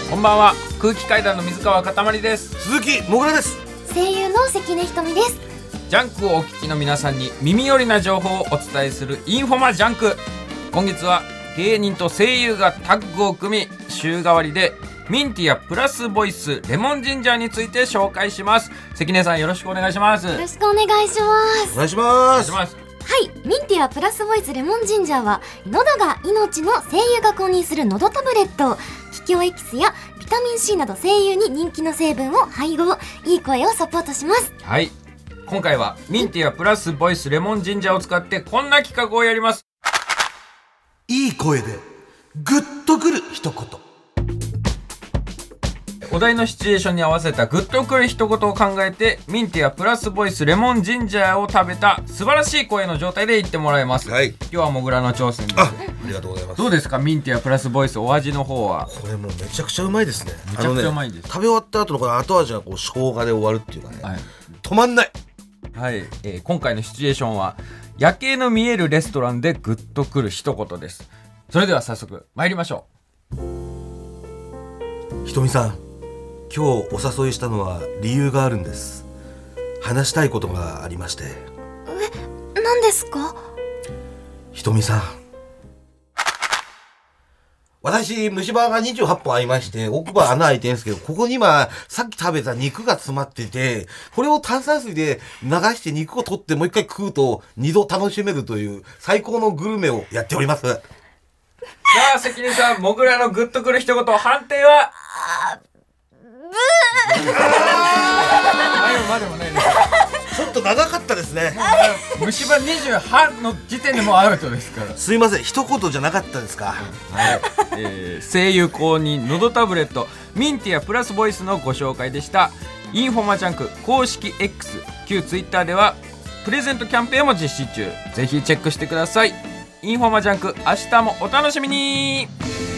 こんばんは。空気階段の水川かたまりです。 鈴木もぐらです。 声優の関根ひとみです。 ジャンクをお聞きの皆さんに耳寄りな情報をお伝えするインフォマジャンク。今月は芸人と声優がタッグを組み、週替わりでミンティアプラスボイスレモンジンジャーについて紹介します。関根さん、よろしくお願いします。 よろしくお願いします。 お願いしお願ます。 いします。 はい、ミンティアプラスボイスレモンジンジャーは喉が命の声優が公認する喉タブレット。気境エキスやビタミン C など声優に人気の成分を配合、いい声をサポートします。 はい、今回はミンティアプラスボイスレモンジンジャーを使ってこんな企画をやります。 いい声でグッとくる一言。 お題のシチュエーションに合わせたグッとくる一言を考えて、ミンティアプラスボイスレモンジンジャーを食べた素晴らしい声の状態で言ってもらいます。 はい。 今日はモグラの挑戦です。 ありがとうございます。 どうですか、ミンティアプラスボイス、お味の方は。 これもうめちゃくちゃうまいですね。 めちゃくちゃうまいです。 食べ終わった後のこの後味がこう生姜で終わるっていうかね、 はい、 止まんない。 はい、今回のシチュエーションは夜景の見えるレストランでグッとくる一言です。それでは早速参りましょひとみさん、今日お誘いしたのは理由があるんです。話したいことがありまして。 何ですか？ ひとみさん、私虫歯が28本ありまして、奥歯穴開いてるんですけど、ここに今さっき食べた肉が詰まってて、これを炭酸水で流して肉を取ってもう一回食うと2度楽しめるという最高のグルメをやっております。 う。さあ関根さん、モグラのグッとくる一言、判定はまでもないです。 ちょっと長かったですね。 虫歯28の時点でもうアウトですから。 すいません、一言じゃなかったですか。 はい、声優公認のどタブレットミンティアプラスボイスのご紹介でした。インフォマジャンク公式 X 旧 Twitter ではプレゼントキャンペーンも実施中。ぜひチェックしてください。インフォマジャンク、明日もお楽しみに。